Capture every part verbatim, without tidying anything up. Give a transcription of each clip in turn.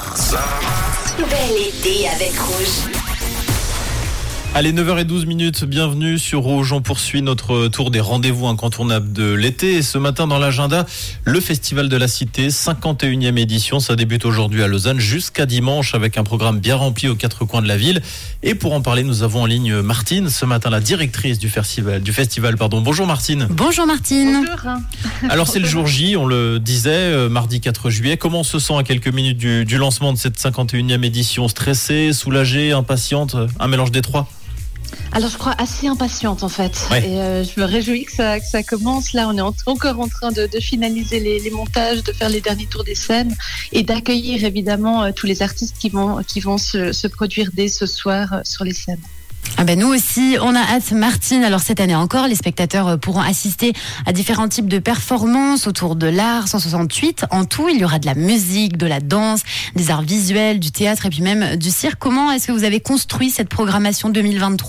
Bel été avec Rouge. Allez, neuf heures douze minutes, bienvenue sur Rouge. On poursuit notre tour des rendez-vous incontournables de l'été. Et ce matin dans l'agenda, le Festival de la Cité, cinquante et unième édition. Ça débute aujourd'hui à Lausanne jusqu'à dimanche avec un programme bien rempli aux quatre coins de la ville. Et pour en parler, nous avons en ligne Martine, ce matin la directrice du festival. Du festival pardon. Bonjour Martine. Bonjour Martine. Bonjour. Alors c'est le jour J, on le disait, euh, mardi quatre juillet. Comment on se sent à quelques minutes du, du lancement de cette cinquante et unième édition? Stressée, soulagée, impatiente, un mélange des trois? Alors je crois assez impatiente en fait, ouais. et euh, je me réjouis que ça, que ça commence. Là on est en, encore en train de, de finaliser les, les montages, de faire les derniers tours des scènes et d'accueillir évidemment euh, tous les artistes qui vont, qui vont se, se produire dès ce soir euh, sur les scènes. Ah ben nous aussi, on a hâte Martine. Alors cette année encore, les spectateurs pourront assister à différents types de performances autour de l'art cent soixante-huit. En tout, il y aura de la musique, de la danse, des arts visuels, du théâtre et puis même du cirque. Comment est-ce que vous avez construit cette programmation deux mille vingt-trois ?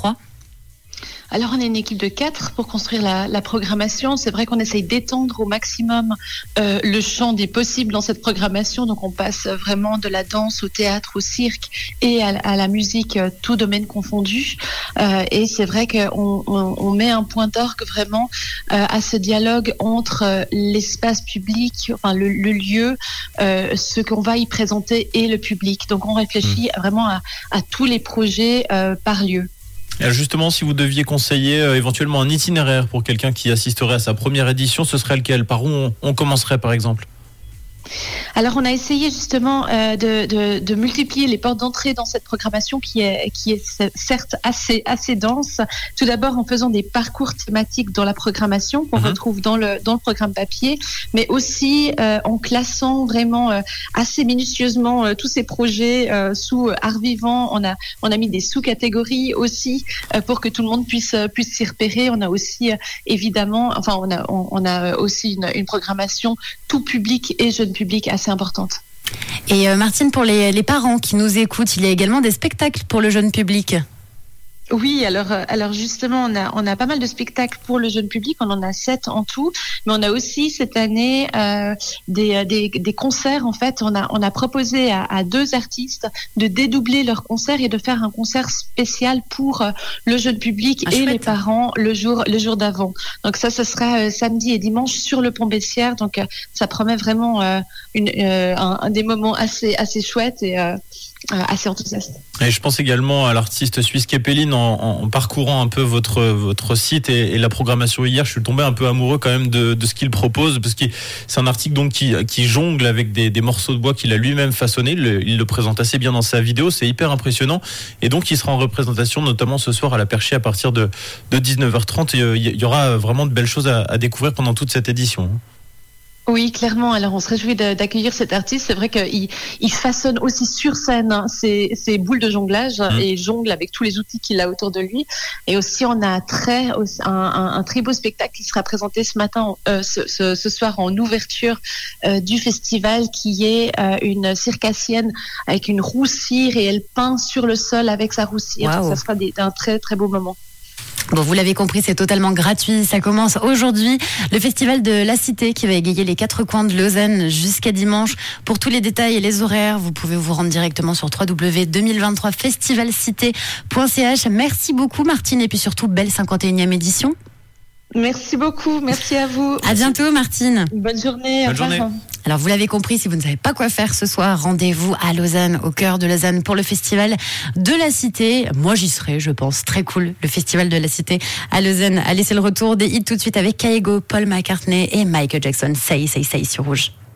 Alors on est une équipe de quatre pour construire la, la programmation. C'est vrai qu'on essaye d'étendre au maximum euh, le champ des possibles dans cette programmation. Donc on passe vraiment de la danse au théâtre, au cirque et à, à la musique, euh, tout domaine confondu. Euh, et c'est vrai qu'on on, on met un point d'orgue vraiment euh, à ce dialogue entre euh, l'espace public, enfin le, le lieu, euh, ce qu'on va y présenter et le public. Donc on réfléchit mmh. vraiment à, à tous les projets euh, par lieu. Justement, si vous deviez conseiller euh, éventuellement un itinéraire pour quelqu'un qui assisterait à sa première édition, ce serait lequel? Par où on, on commencerait par exemple? Alors on a essayé justement euh, de, de, de multiplier les portes d'entrée dans cette programmation qui est, qui est certes assez, assez dense. Tout d'abord en faisant des parcours thématiques dans la programmation qu'on mmh. retrouve dans le, dans le programme papier, mais aussi euh, en classant vraiment euh, assez minutieusement euh, tous ces projets euh, sous art vivant. On a, on a mis des sous-catégories aussi euh, pour que tout le monde puisse, puisse s'y repérer. On a aussi euh, évidemment, enfin on a, on, on a aussi une, une programmation tout public et jeune public assez importante. Et euh, Martine, pour les, les parents qui nous écoutent, il y a également des spectacles pour le jeune public. Oui, alors, alors justement, on a, on a pas mal de spectacles pour le jeune public. On en a sept en tout, mais on a aussi cette année euh, des, des, des concerts. En fait, on a, on a proposé à, à deux artistes de dédoubler leurs concerts et de faire un concert spécial pour euh, le jeune public ah, et chouette. Les parents le jour, le jour d'avant. Donc ça, ce sera euh, samedi et dimanche sur le Pont Bessières. Donc euh, ça promet vraiment euh, une, euh, un, un des moments assez, assez chouettes et euh, assez enthousiaste. Et je pense également à l'artiste suisse Kepeline en, en parcourant un peu votre votre site et, et la programmation hier. Je suis tombé un peu amoureux quand même de, de ce qu'il propose parce que c'est un article donc qui, qui jongle avec des, des morceaux de bois qu'il a lui-même façonnés. Il le, il le présente assez bien dans sa vidéo. C'est hyper impressionnant. Et donc il sera en représentation notamment ce soir à la Perchée à partir de, de dix-neuf heures trente. Et, euh, il y aura vraiment de belles choses à, à découvrir pendant toute cette édition. Oui, clairement. Alors, on se réjouit de, d'accueillir cet artiste. C'est vrai qu'il il façonne aussi sur scène hein, ses, ses boules de jonglage mmh. et jongle avec tous les outils qu'il a autour de lui. Et aussi, on a très, un, un, un très beau spectacle qui sera présenté ce matin, euh, ce, ce, ce soir en ouverture euh, du festival, qui est euh, une circassienne avec une roue cire et elle peint sur le sol avec sa roue cire. Wow. Ça sera des, un très très beau moment. Bon, vous l'avez compris, c'est totalement gratuit. Ça commence aujourd'hui. Le Festival de la Cité qui va égayer les quatre coins de Lausanne jusqu'à dimanche. Pour tous les détails et les horaires, vous pouvez vous rendre directement sur w w w point deux mille vingt-trois festivalcité point c h. Merci beaucoup Martine et puis surtout belle cinquante et unième édition. Merci beaucoup, merci à vous. À bientôt Martine. Bonne journée. Bonne journée. Alors vous l'avez compris, si vous ne savez pas quoi faire ce soir, rendez-vous à Lausanne, au cœur de Lausanne pour le Festival de la Cité. Moi j'y serai, je pense, très cool, le Festival de la Cité à Lausanne. Allez, c'est le retour des hits tout de suite avec Kygo, Paul McCartney et Michael Jackson. Say, say, say sur Rouge.